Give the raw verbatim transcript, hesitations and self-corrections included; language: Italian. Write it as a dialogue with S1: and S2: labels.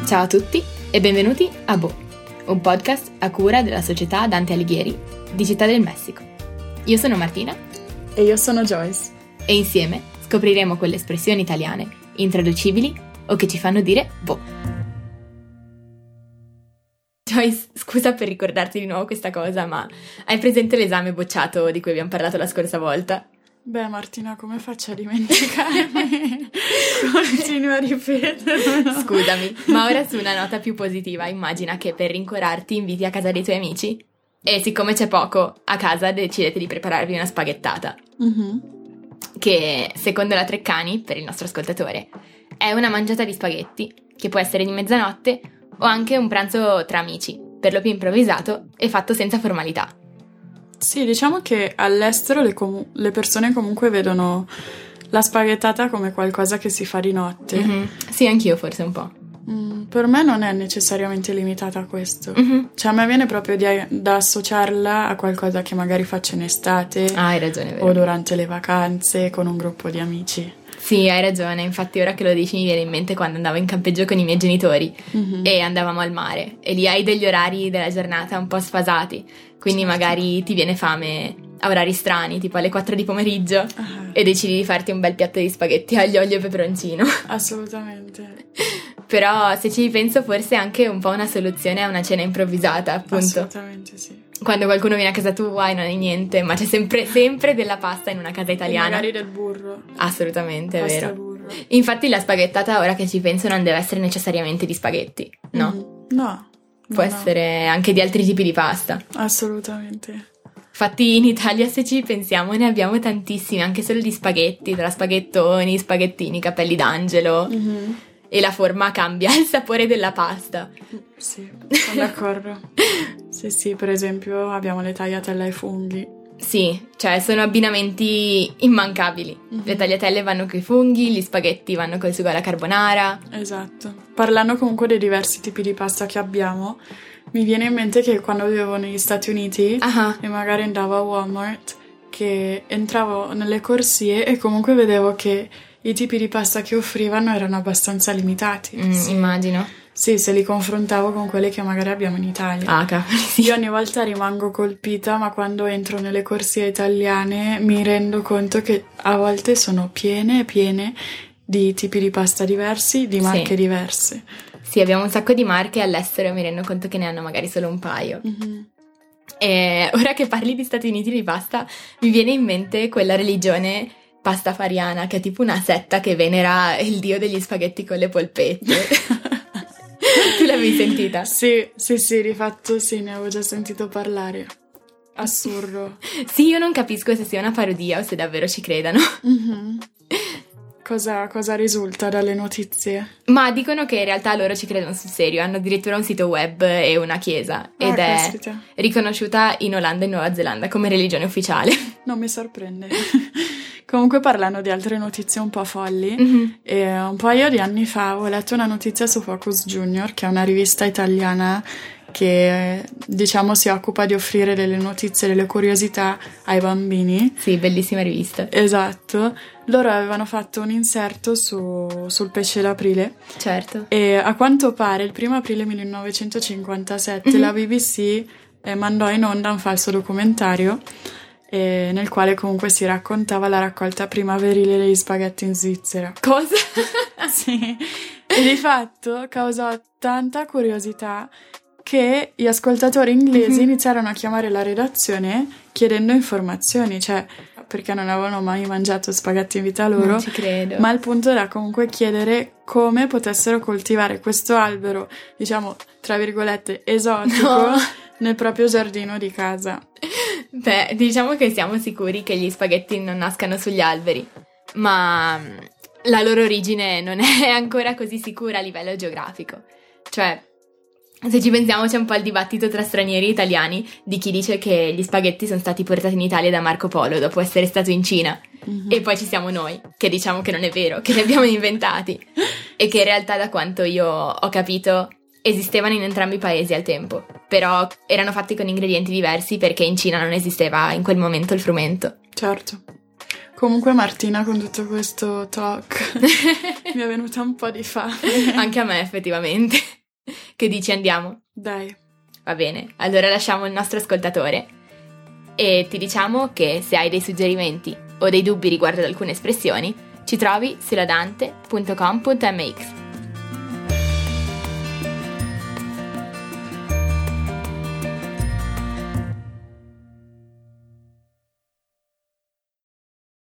S1: Ciao a tutti e benvenuti a Bo, un podcast a cura della società Dante Alighieri di Città del Messico. Io sono Martina
S2: e io sono Joyce
S1: e insieme scopriremo quelle espressioni italiane intraducibili o che ci fanno dire Bo. Joyce, scusa per ricordarti di nuovo questa cosa, ma hai presente l'esame bocciato di cui abbiamo parlato la scorsa volta?
S2: Beh, Martina, come faccio a dimenticarmi? Continua a ripeterlo.
S1: Scusami, ma ora su una nota più positiva, immagina che per rincuorarti inviti a casa dei tuoi amici e siccome c'è poco a casa decidete di prepararvi una spaghettata.
S2: Mm-hmm.
S1: Che, secondo la Treccani, per il nostro ascoltatore, è una mangiata di spaghetti che può essere di mezzanotte o anche un pranzo tra amici, per lo più improvvisato e fatto senza formalità.
S2: Sì, diciamo che all'estero le, com- le persone comunque vedono la spaghettata come qualcosa che si fa di notte.
S1: Mm-hmm. Sì, anch'io forse un po'.
S2: Mm, per me non è necessariamente limitata a questo.
S1: Mm-hmm.
S2: Cioè a me viene proprio di, da associarla a qualcosa che magari faccio in estate.
S1: Ah, hai ragione, vero.
S2: O durante le vacanze con un gruppo di amici.
S1: Sì, hai ragione, infatti ora che lo dici mi viene in mente quando andavo in campeggio con i miei genitori
S2: Mm-hmm.
S1: e andavamo al mare e lì hai degli orari della giornata un po' sfasati, quindi
S2: certo.
S1: magari ti viene fame a orari strani, tipo alle quattro di pomeriggio
S2: Uh-huh.
S1: e decidi di farti un bel piatto di spaghetti aglio, olio e peperoncino.
S2: Assolutamente.
S1: Però se ci penso forse è anche un po' una soluzione a una cena improvvisata, appunto.
S2: Assolutamente sì.
S1: Quando qualcuno viene a casa tua e non hai niente, ma c'è sempre, sempre della pasta in una casa italiana.
S2: E magari del burro.
S1: Assolutamente, è
S2: Pasta
S1: vero.
S2: e burro.
S1: Infatti la spaghettata, ora che ci penso, non deve essere necessariamente di spaghetti, no?
S2: Mm, no.
S1: Può
S2: no, no.
S1: essere anche di altri tipi di pasta.
S2: Assolutamente.
S1: Infatti in Italia, se ci pensiamo, ne abbiamo tantissimi, anche solo di spaghetti, tra spaghettoni, spaghettini, capelli d'angelo.
S2: Mm-hmm.
S1: E la forma cambia il sapore della pasta.
S2: Sì, sono d'accordo. Sì, sì, per esempio abbiamo le tagliatelle ai funghi.
S1: Sì, cioè sono abbinamenti immancabili.
S2: Mm-hmm.
S1: Le tagliatelle vanno coi funghi, gli spaghetti vanno col sugo alla carbonara.
S2: Esatto. Parlando comunque dei diversi tipi di pasta che abbiamo, mi viene in mente che quando vivevo negli Stati Uniti
S1: Ah,
S2: e magari andavo a Walmart, che entravo nelle corsie e comunque vedevo che i tipi di pasta che offrivano erano abbastanza limitati.
S1: mm,
S2: Sì.
S1: immagino.
S2: Sì, se li confrontavo con quelli che magari abbiamo in Italia.
S1: Ah, cavolo, sì.
S2: Io ogni volta rimango colpita, ma quando entro nelle corsie italiane mi rendo conto che a volte sono piene e piene di tipi di pasta diversi, di marche
S1: Sì.
S2: diverse.
S1: Sì, abbiamo un sacco di marche all'estero e mi rendo conto che ne hanno magari solo un paio.
S2: Mm-hmm.
S1: E ora che parli di Stati Uniti di pasta, mi viene in mente quella religione pastafariana, che è tipo una setta che venera il dio degli spaghetti con le polpette. Tu l'avevi sentita?
S2: Sì, sì, sì, di fatto sì, ne avevo già sentito parlare. Assurdo.
S1: Sì, io non capisco se sia una parodia o se davvero ci credano.
S2: Mm-hmm. Cosa, cosa risulta dalle notizie?
S1: Ma dicono che in realtà loro ci credono sul serio, hanno addirittura un sito web e una chiesa ed
S2: Ah,
S1: è
S2: caspita.
S1: riconosciuta in Olanda e Nuova Zelanda come religione ufficiale.
S2: Non mi sorprende. Comunque parlando di altre notizie un po' folli,
S1: Mm-hmm.
S2: eh, un paio di anni fa ho letto una notizia su Focus Junior, che è una rivista italiana che diciamo si occupa di offrire delle notizie, delle curiosità ai bambini.
S1: Sì, bellissima rivista.
S2: Esatto. Loro avevano fatto un inserto su, sul pesce d'aprile
S1: Certo.
S2: e a quanto pare il primo aprile millenovecentocinquantasette
S1: Mm-hmm.
S2: la B B C eh, mandò in onda un falso documentario eh, nel quale comunque si raccontava la raccolta primaverile degli spaghetti in Svizzera.
S1: Cosa?
S2: Sì, e di fatto causò tanta curiosità che gli ascoltatori inglesi
S1: Mm-hmm.
S2: iniziarono a chiamare la redazione chiedendo informazioni, cioè perché non avevano mai mangiato spaghetti in vita loro,
S1: Non ci credo.
S2: ma il punto era comunque chiedere come potessero coltivare questo albero, diciamo, tra virgolette, esotico,
S1: No.
S2: nel proprio giardino di casa.
S1: Beh, diciamo che siamo sicuri che gli spaghetti non nascano sugli alberi, ma la loro origine non è ancora così sicura a livello geografico. Cioè, se ci pensiamo c'è un po' il dibattito tra stranieri e italiani di chi dice che gli spaghetti sono stati portati in Italia da Marco Polo dopo essere stato in Cina.
S2: Mm-hmm.
S1: E poi ci siamo noi, che diciamo che non è vero, che li abbiamo inventati e che in realtà, da quanto io ho capito, esistevano in entrambi i paesi al tempo, però erano fatti con ingredienti diversi perché in Cina non esisteva in quel momento il frumento.
S2: Certo. Comunque Martina, con tutto questo talk mi è venuta un po' di fame.
S1: Anche a me, effettivamente. Che dici, andiamo?
S2: Dai.
S1: Va bene, allora lasciamo il nostro ascoltatore e ti diciamo che se hai dei suggerimenti o dei dubbi riguardo ad alcune espressioni, ci trovi su ladante punto com punto m x.